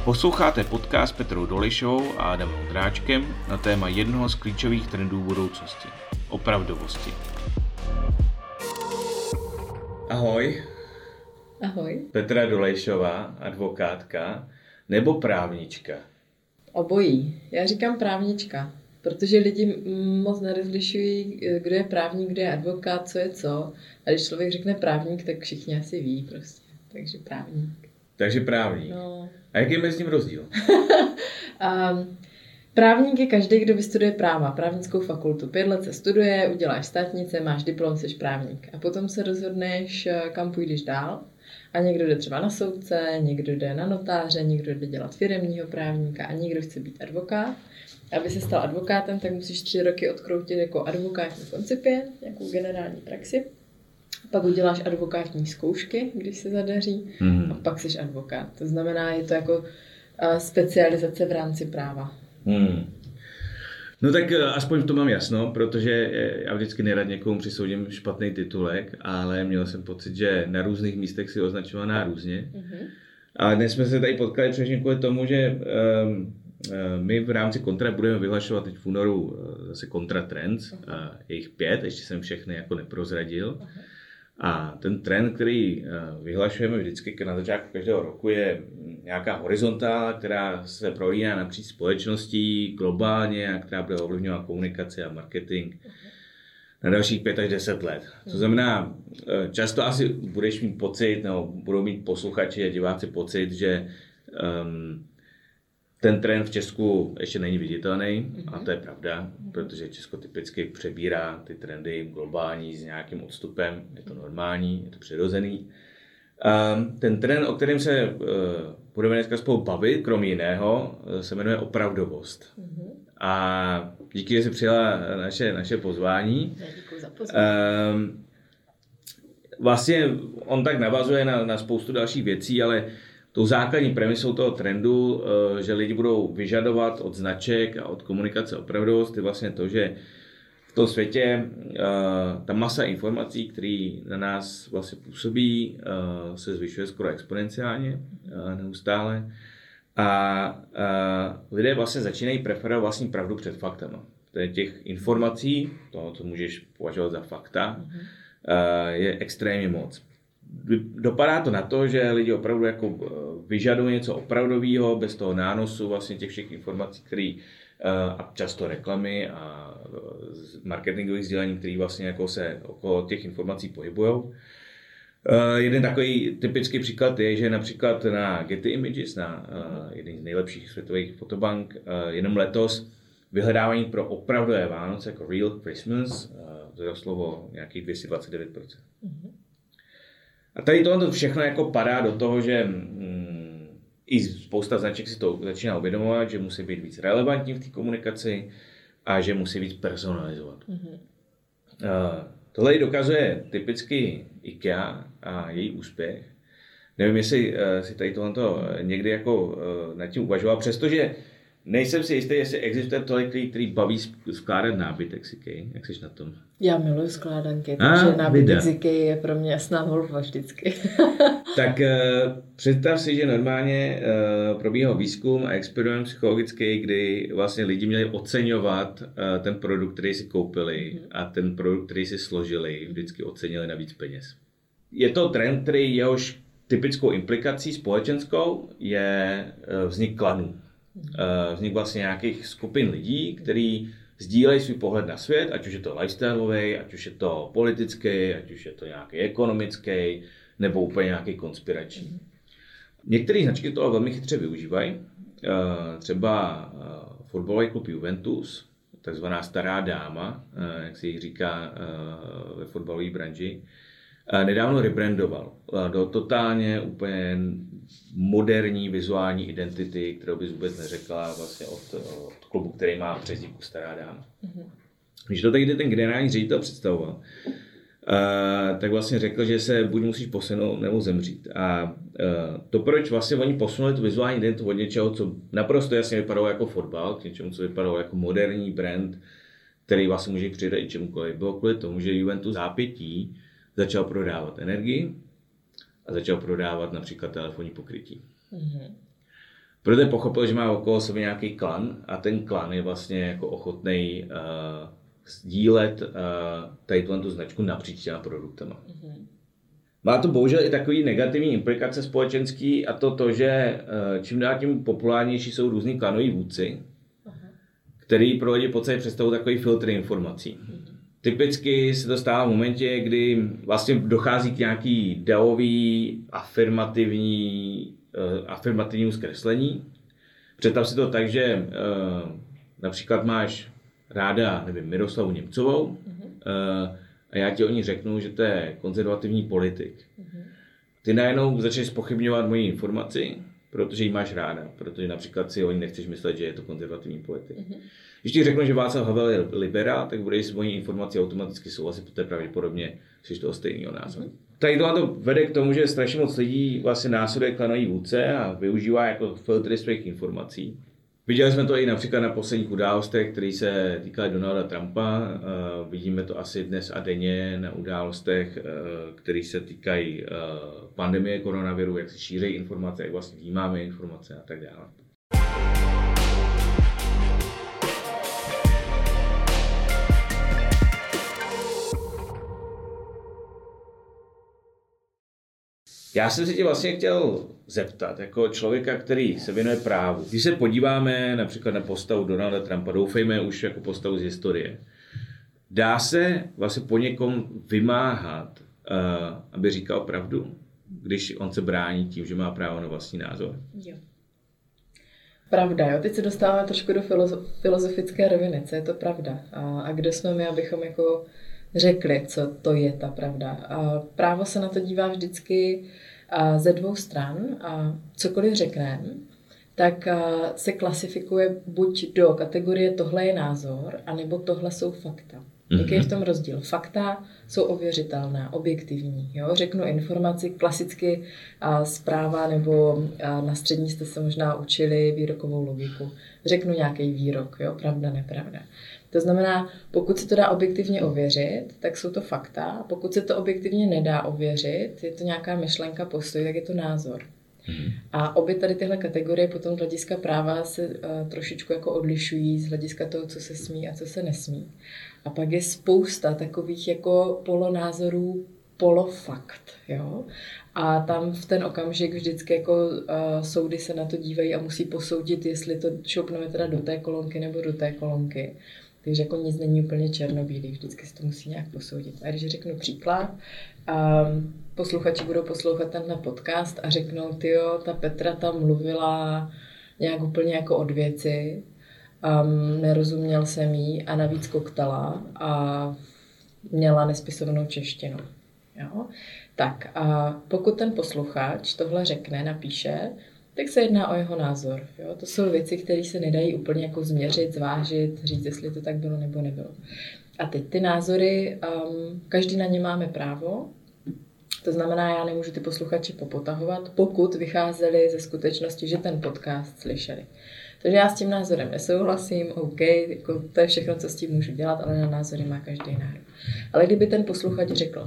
Posloucháte podcast Petrou Dolejšovou a Adamem Ondráčkem na téma jednoho z klíčových trendů budoucnosti – opravdovosti. Ahoj. Ahoj. Petra Dolejšová, advokátka nebo právnička? Obojí. Já říkám právnička, protože lidi moc nerozlišují, kdo je právník, kdo je advokát, co je co. A když člověk řekne právník, tak všichni asi ví prostě. Takže právník. Takže právník. No. A jaký je mezi tím rozdíl? Právník je každý, kdo vystuduje práva, právnickou fakultu. 5 let se studuje, uděláš státnice, máš diplom, jsi právník. A potom se rozhodneš, kam půjdeš dál. A někdo jde třeba na soudce, někdo jde na notáře, někdo jde dělat firemního právníka a někdo chce být advokát. Aby se stal advokátem, tak musíš 3 roky odkroutit jako advokátní koncipient, nějakou generální praxi. Pak uděláš advokátní zkoušky, když se zadaří, a pak jsi advokát. To znamená, je to jako specializace v rámci práva. No tak aspoň v tom mám jasno, protože já vždycky nerad někomu přisoudím špatný titulek, ale měl jsem pocit, že na různých místech si označovaná různě. A dnes jsme se tady potkali především kvůli tomu, že my v rámci Kontra budeme vyhlašovat teď v únoru zase Kontra Trends, jejich 5, ještě jsem všechny jako neprozradil. A ten trend, který vyhlašujeme vždycky na začátku každého roku, je nějaká horizontála, která se prolíná napříč společností globálně a která bude ovlivňovat komunikaci a marketing na dalších 5 až 10 let. To znamená, často asi budeš mít pocit, nebo budou mít posluchači a diváci pocit, že ten trend v Česku ještě není viditelný, a to je pravda, protože Česko typicky přebírá ty trendy globální s nějakým odstupem, je to normální, je to přirozený. Ten trend, o kterém se budeme dneska spolu bavit, krom jiného, se jmenuje opravdovost. A díky, že jsi přijala naše pozvání. Děkuji za pozvání. Vlastně on tak navazuje na spoustu dalších věcí, ale tou základní premisou toho trendu, že lidi budou vyžadovat od značek a od komunikace opravdovost, je vlastně to, že v tom světě ta masa informací, které na nás vlastně působí, se zvyšuje skoro exponenciálně neustále. A lidé vlastně začínají preferovat vlastní pravdu před faktama. Těch informací, toho, co můžeš považovat za fakta, je extrémně moc. Dopadá to na to, že lidi opravdu jako vyžadují něco opravdového, bez toho nánosu vlastně těch všech informací, které a často reklamy a marketingových sdělení, které vlastně jako se okolo těch informací pohybujou. Jeden takový typický příklad je, že například na Getty Images, na jeden z nejlepších světových fotobank, jenom letos vyhledávání pro opravdové Vánoce jako Real Christmas vzrostlo o nějakých 229%. A tady tohle všechno jako padá do toho, že i spousta značek si to začíná uvědomovat, že musí být víc relevantní v té komunikaci a že musí víc personalizovat. Tohle dokazuje typicky IKEA a její úspěch. Nevím, jestli si tady tohle někdy jako nad tím uvažoval, přestože nejsem si jistý, jestli existuje tolik lidí, který baví skládat nábytek z IKEA. Jak jsi na tom? Já miluji skládanky, takže nábytek z IKEA je pro mě jasná volba vždycky. Tak představ si, že normálně probíhal výzkum a experiment psychologický, kdy vlastně lidi měli oceňovat ten produkt, který si koupili a ten produkt, který si složili, vždycky ocenili na víc peněz. Je to trend, který jehož typickou implikací společenskou je vznik klanů. Vznik vlastně nějakých skupin lidí, kteří sdílejí svůj pohled na svět, ať už je to lifestyleový, ať už je to politický, ať už je to nějaký ekonomický, nebo úplně nějaký konspirační. Některé značky toho velmi chytře využívají. Třeba fotbalový klub Juventus, takzvaná stará dáma, jak se jí říká ve fotbalové branži, nedávno rebrandoval do totálně úplně moderní vizuální identity, kterou bys vůbec neřekla vlastně od klubu, který má přezdívku stará dáma. Když to tady ten generální ředitel představoval, tak vlastně řekl, že se buď musíš posunout nebo zemřít. A to, proč vlastně oni posunuli tu vizuální identitu od něčeho, co naprosto jasně vypadalo jako fotbal, k něčemu, co vypadalo jako moderní brand, který vlastně může přidat i čemukoliv, bylo kvůli tomu, že Juventus zápětí začal prodávat energii a začal prodávat například telefonní pokrytí. Protože pochopil, že má okolo sebe nějaký klan a ten klan je vlastně jako ochotnej sdílet tady tu značku napříč těma produktama. Má to bohužel i takový negativní implikace společenský a to, že čím dál tím populárnější jsou různý klanoví vůdci, který pro lidi v podstatě představují takový filtr informací. Typicky se to stává v momentě, kdy vlastně dochází k nějaký davový, afirmativnímu zkreslení. Představ si to tak, že například máš ráda, nevím, Miroslavu Němcovou a já ti o ní řeknu, že to je konzervativní politik. Ty najednou začneš zpochybňovat moji informaci, protože ji máš ráda, protože například si o ní nechceš myslet, že je to konzervativní politik. Když ti řeknu, že Václav Havel je liberál, tak budeš s mojí informací automaticky souhlasit, protože pravděpodobně jsi toho stejného názoru. Tady to vede k tomu, že strašně moc lidí vlastně následuje klanový vůdce a využívá jako filtry svých informací. Viděli jsme to i například na posledních událostech, které se týkaly Donalda Trumpa. Vidíme to asi dnes a denně na událostech, které se týkají pandemie koronaviru, jak se šíří informace, jak vlastně vnímáme informace a tak dále. Já jsem se tě vlastně chtěl zeptat, jako člověka, který se věnuje právu. Když se podíváme například na postavu Donalda Trumpa, doufejme už jako postavu z historie, dá se vlastně po někom vymáhat, aby říkal pravdu, když on se brání tím, že má právo na vlastní názor? Jo. Pravda, jo. Teď se dostáváme trošku do filozofické roviny, co je to pravda. A kdo jsme my, abychom jako řekli, co to je ta pravda. A právo se na to dívá vždycky ze dvou stran a cokoliv řekneme, tak se klasifikuje buď do kategorie tohle je názor, anebo tohle jsou fakta. Jaký je v tom rozdíl? Fakta jsou ověřitelná, objektivní. Jo? Řeknu informaci, klasicky zpráva nebo na střední jste se možná učili výrokovou logiku. Řeknu nějaký výrok, jo? Pravda, nepravda. To znamená, pokud se to dá objektivně ověřit, tak jsou to fakta. Pokud se to objektivně nedá ověřit, je to nějaká myšlenka, postoj, tak je to názor. A obě tady tyhle kategorie potom z hlediska práva se trošičku jako odlišují z hlediska toho, co se smí a co se nesmí. A pak je spousta takových jako polonázorů, polofakt, jo. A tam v ten okamžik vždycky jako soudy se na to dívají a musí posoudit, jestli to šoupneme teda do té kolonky nebo do té kolonky. Takže jako nic není úplně černobílý, vždycky se to musí nějak posoudit. A když řeknu příklad, posluchači budou poslouchat tenhle podcast a řeknou, tyjo, ta Petra tam mluvila nějak úplně jako od věci, nerozuměl jsem jí a navíc koktala a měla nespisovnou češtinu. Jo? Tak a pokud ten posluchač tohle řekne, napíše, tak se jedná o jeho názor. Jo? To jsou věci, které se nedají úplně jako změřit, zvážit, říct, jestli to tak bylo nebo nebylo. A teď ty názory, každý na ně máme právo, to znamená, já nemůžu ty posluchače popotahovat, pokud vycházeli ze skutečnosti, že ten podcast slyšeli. Takže já s tím názorem nesouhlasím, OK, jako to je všechno, co s tím můžu dělat, ale na názory má každý národ. Ale kdyby ten posluchač řekl,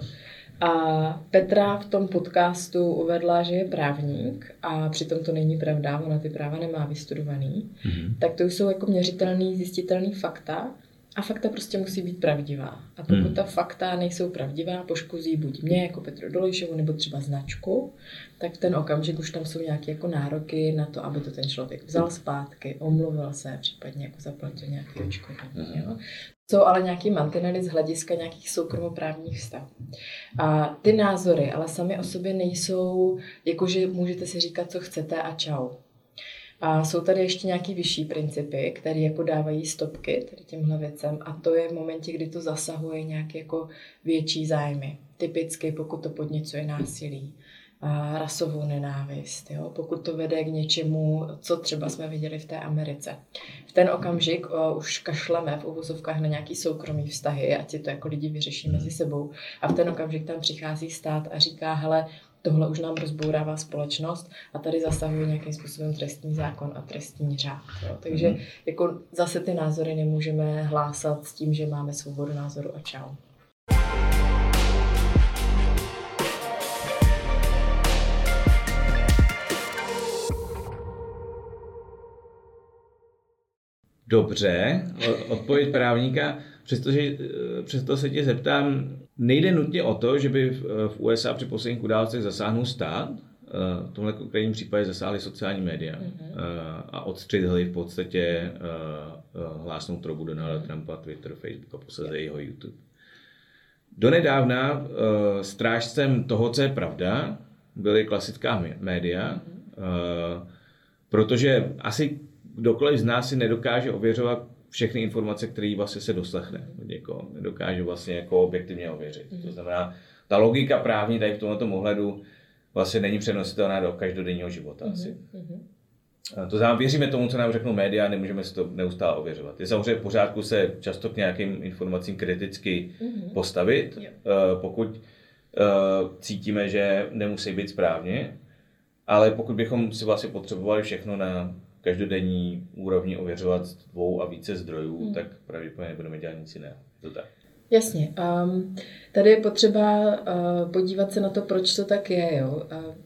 a Petra v tom podcastu uvedla, že je právník a přitom to není pravda, ona ty práva nemá vystudovaný, tak to už jsou jako měřitelný, zjistitelný fakta a fakta prostě musí být pravdivá. A pokud ta fakta nejsou pravdivá, poškozí buď mě jako Petru Dolejšovu nebo třeba značku, tak v ten okamžik už tam jsou nějaké jako nároky na to, aby to ten člověk vzal zpátky, omluvil se, případně jako zaplatil nějaký odškodnění. Jsou ale nějaký mantinely z hlediska nějakých soukromoprávních vztahů. A ty názory ale sami o sobě nejsou, jakože můžete si říkat, co chcete a čau. A jsou tady ještě nějaký vyšší principy, které jako dávají stopky tady těmhle věcem a to je v momentě, kdy to zasahuje nějaké jako větší zájmy. Typicky pokud to podněcuje násilí, rasovou nenávist, jo? Pokud to vede k něčemu, co třeba jsme viděli v té Americe. V ten okamžik už kašleme v uvozovkách na nějaký soukromý vztahy, ať si to jako lidi vyřeší mezi sebou. A v ten okamžik tam přichází stát a říká, hele, tohle už nám rozbourává společnost a tady zasahuje nějakým způsobem trestní zákon a trestní řád. Jo? Takže jako zase ty názory nemůžeme hlásat s tím, že máme svobodu názoru a čau. Dobře, odpověď právníka, přesto se tě zeptám, nejde nutně o to, že by v USA při posledních událostech zasáhnul stát, v tomhle konkrétním případě zasáhly sociální média a odstřihli v podstatě hlásnou troubu Donalda Trumpa, Twitter, Facebook a posledně jeho YouTube. Donedávna strážcem toho, co je pravda, byly klasická média, protože asi kdokoliv z nás si nedokáže ověřovat všechny informace, které vlastně se doslechne. Někoho nedokáže vlastně jako objektivně ověřit. To znamená, ta logika právní tady v tomto ohledu vlastně není přenositelná do každodenního života asi. To znamená, věříme tomu, co nám řeknou média, nemůžeme si to neustále ověřovat. Je samozřejmě v pořádku se často k nějakým informacím kriticky postavit, pokud cítíme, že nemusí být správně, ale pokud bychom si vlastně potřebovali všechno na každodenní úrovni ověřovat z 2 a více zdrojů, tak pravděpodobně nebudeme dělat nic jiného. To tak. Jasně. Tady je potřeba podívat se na to, proč to tak je. Jo?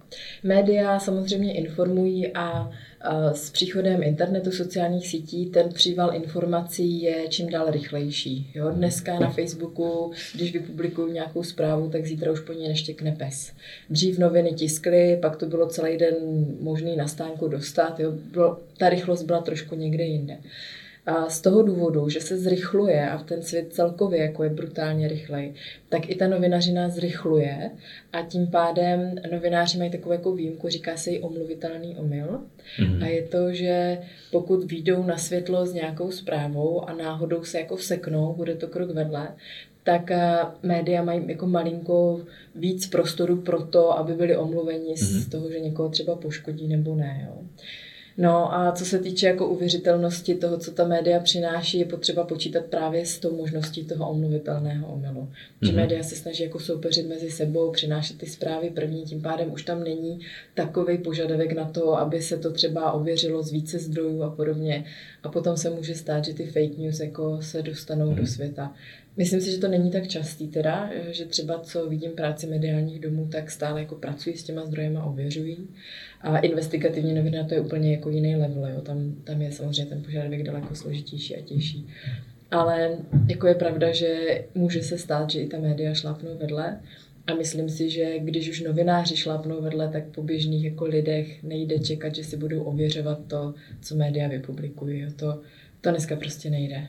Média samozřejmě informují a s příchodem internetu, sociálních sítí, ten příval informací je čím dál rychlejší. Jo? Dneska na Facebooku, když vypublikuju nějakou zprávu, tak zítra už po ní neštěkne pes. Dřív noviny tiskly, pak to bylo celý den možný na stánku dostat. Jo? Ta rychlost byla trošku někde jinde. A z toho důvodu, že se zrychluje a ten svět celkově jako je brutálně rychlej, tak i ta novinařina zrychluje a tím pádem novináři mají takovou jako výjimku, říká se jí omluvitelný omyl. A je to, že pokud vyjdou na světlo s nějakou zprávou a náhodou se jako seknou, bude to krok vedle, tak média mají jako malinko víc prostoru pro to, aby byli omluveni z toho, že někoho třeba poškodí nebo ne. Jo. No a co se týče jako uvěřitelnosti toho, co ta média přináší, je potřeba počítat právě s tou možností toho omluvitelného omylu. Že média se snaží jako soupeřit mezi sebou, přinášet ty zprávy první, tím pádem už tam není takový požadavek na to, aby se to třeba ověřilo z více zdrojů a podobně. A potom se může stát, že ty fake news jako se dostanou do světa. Myslím si, že to není tak častý teda, že třeba co vidím práci mediálních domů, tak stále jako pracují s těma zdrojema, ověřují. A investigativní novina to je úplně jako jiný level, jo. Tam je samozřejmě ten požadavek daleko složitější a těžší. Ale jako je pravda, že může se stát, že i ta média šlápnou vedle. A myslím si, že když už novináři šlápnou vedle, tak po běžných jako lidech nejde čekat, že si budou ověřovat to, co média vypublikují. Jo. To dneska prostě nejde.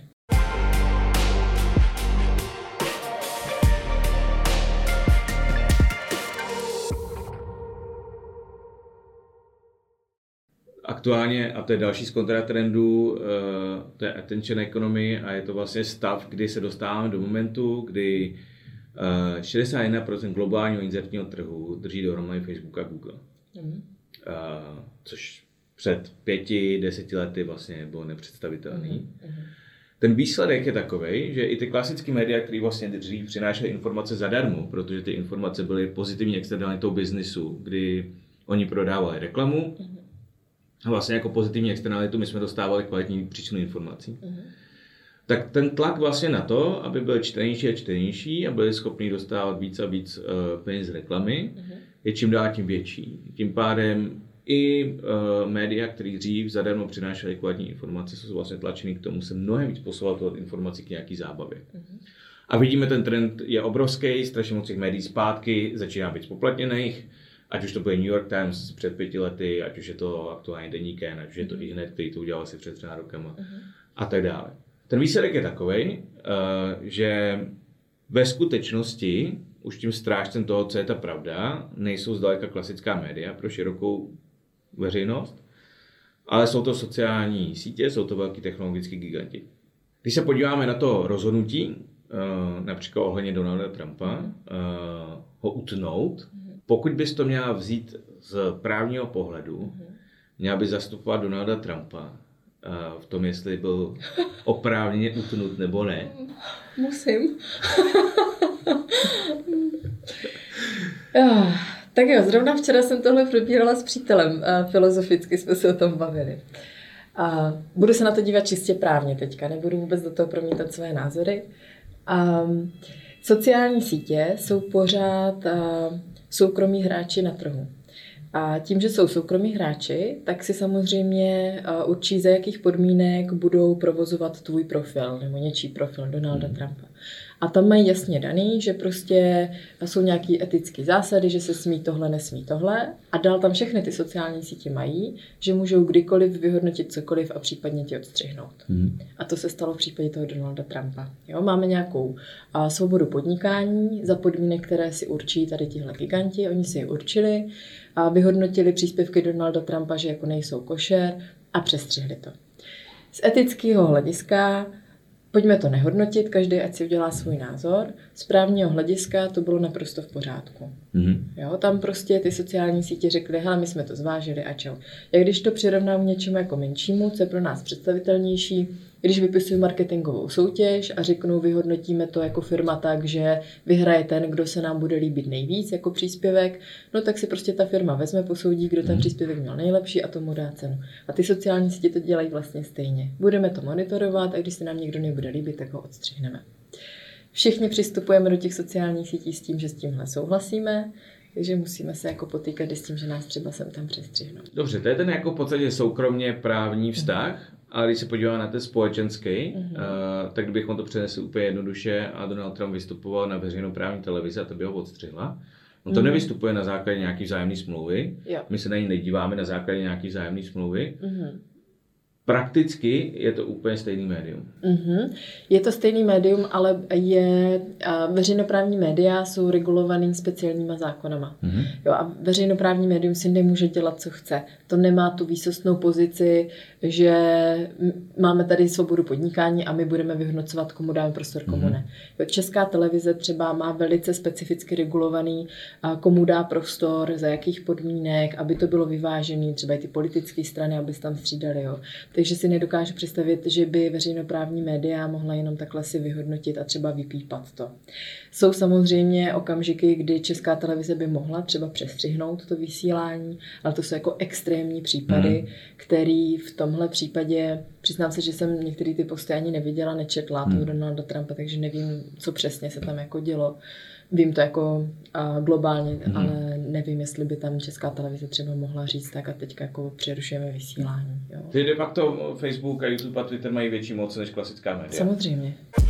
Aktuálně, a to je další z kontratrendů, to je attention economy a je to vlastně stav, kdy se dostáváme do momentu, kdy 61% globálního inzertního trhu drží dohromady Facebook a Google. Což před 5-10 lety vlastně bylo nepředstavitelný. Ten výsledek je takovej, že i ty klasické média, které vlastně dřív přinášely informace zadarmo, protože ty informace byly pozitivní externalitou biznisu, kdy oni prodávali reklamu, a vlastně jako pozitivní externalitu my jsme dostávali kvalitní příčinu informací. Tak ten tlak vlastně na to, aby byl čtenější a čtenější a byli schopni dostávat víc a víc peněz z reklamy, je čím dál tím větší. Tím pádem i média, které dřív zadarmo přinášely kvalitní informace, jsou vlastně tlačeny k tomu se mnohem víc posouvat od informací k nějaký zábavě. A vidíme, ten trend je obrovský, strašně moc těch médií zpátky začíná být spoplatněných. Ať už to bude New York Times před 5 lety, ať už je to aktuální Deník N, ať už je to iHNED, který to udělal asi před 3 rokama a tak dále. Ten výsledek je takovej, že ve skutečnosti už tím strážcem toho, co je ta pravda, nejsou zdaleka klasická média pro širokou veřejnost, ale jsou to sociální sítě, jsou to velký technologický giganti. Když se podíváme na to rozhodnutí, například ohledně Donalda Trumpa, ho utnout, pokud bys to měla vzít z právního pohledu, měla by zastupovat Donalda Trumpa v tom, jestli byl oprávněně utnut nebo ne. Musím. Tak jo, zrovna včera jsem tohle probírala s přítelem. Filozoficky jsme se o tom bavili. Budu se na to dívat čistě právně teďka, nebudu vůbec do toho promítat své názory. Sociální sítě jsou pořád soukromí hráči na trhu. A tím, že jsou soukromí hráči, tak si samozřejmě určí, za jakých podmínek budou provozovat tvůj profil nebo něčí profil Donalda Trumpa. A tam mají jasně daný, že prostě jsou nějaké etické zásady, že se smí tohle, nesmí tohle. A dál tam všechny ty sociální sítě mají, že můžou kdykoliv vyhodnotit cokoliv a případně tě odstřihnout. A to se stalo v případě toho Donalda Trumpa. Jo, máme nějakou svobodu podnikání za podmínek, které si určí tady tihle giganti. Oni si je určili a vyhodnotili příspěvky Donalda Trumpa, že jako nejsou košer a přestřihli to. Z etického hlediska pojďme to nehodnotit, každý ať si udělá svůj názor. Z právního hlediska to bylo naprosto v pořádku. Jo, tam prostě ty sociální sítě řekly, hele, my jsme to zvážili a čau. Jak když to přirovnám k něčemu jako menšímu, co je pro nás představitelnější, když vypisuju marketingovou soutěž a řeknu, vyhodnotíme to jako firma tak, že vyhraje ten, kdo se nám bude líbit nejvíc jako příspěvek, no tak si prostě ta firma vezme, posoudí, kdo ten příspěvek měl nejlepší a tomu dá cenu. A ty sociální sítě to dělají vlastně stejně. Budeme to monitorovat a když se nám někdo nebude líbit, tak ho odstřihneme. Všichni přistupujeme do těch sociálních sítí s tím, že s tímhle souhlasíme, takže musíme se jako potýkat s tím, že nás třeba sem tam přestřihnou. Dobře, to je ten jako v podstatě soukromně právní vztah, ale když se podíváme na ten společenský, tak kdybychom to přenesli úplně jednoduše a Donald Trump vystupoval na veřejnoprávní televizi a to by ho odstřihla, no to nevystupuje na základě nějaký vzájemné smlouvy, my se na ní nedíváme na základě nějaký vzájemné smlouvy. Prakticky je to úplně stejný médium. Je to stejný médium, ale veřejnoprávní média jsou regulovaný speciálníma zákonama. Jo, a veřejnoprávní médium si nemůže dělat, co chce. To nemá tu výsostnou pozici, že máme tady svobodu podnikání a my budeme vyhodnocovat, komu dáme prostor, komu ne. Jo, Česká televize třeba má velice specificky regulovaný, komu dá prostor, za jakých podmínek, aby to bylo vyvážené, třeba i ty politické strany, aby se tam střídali. Jo. Takže si nedokážu představit, že by veřejnoprávní média mohla jenom takhle si vyhodnotit a třeba vypípat to. Jsou samozřejmě okamžiky, kdy Česká televize by mohla třeba přestřihnout to vysílání, ale to jsou jako extrémní případy, který v tomhle případě, přiznám se, že jsem některé ty posty ani neviděla, nečetla toho Donalda Trumpa, takže nevím, co přesně se tam jako dělo. Vím to jako globálně, ale nevím, jestli by tam Česká televize třeba mohla říct tak a teďka jako přerušujeme vysílání. Jo. Ty de facto Facebook a YouTube a Twitter mají větší moc než klasická média. Samozřejmě.